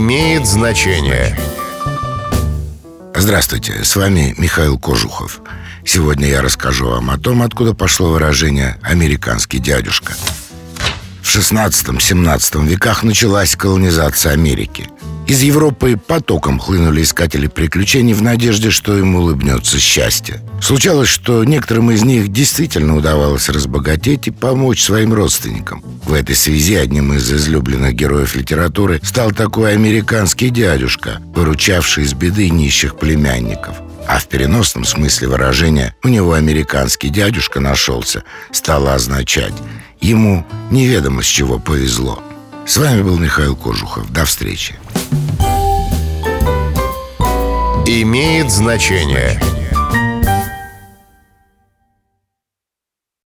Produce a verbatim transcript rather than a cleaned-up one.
Имеет значение. Здравствуйте, с вами Михаил Кожухов. Сегодня я расскажу вам о том, откуда пошло выражение «американский дядюшка». В шестнадцатом-семнадцатом веках началась колонизация Америки. Из Европы потоком хлынули искатели приключений в надежде, что им улыбнется счастье. Случалось, что некоторым из них действительно удавалось разбогатеть и помочь своим родственникам. В этой связи одним из излюбленных героев литературы стал такой американский дядюшка, выручавший из беды нищих племянников. А в переносном смысле выражения «у него американский дядюшка нашелся» стало означать «ему неведомо с чего повезло». С вами был Михаил Кожухов. До встречи. Имеет значение.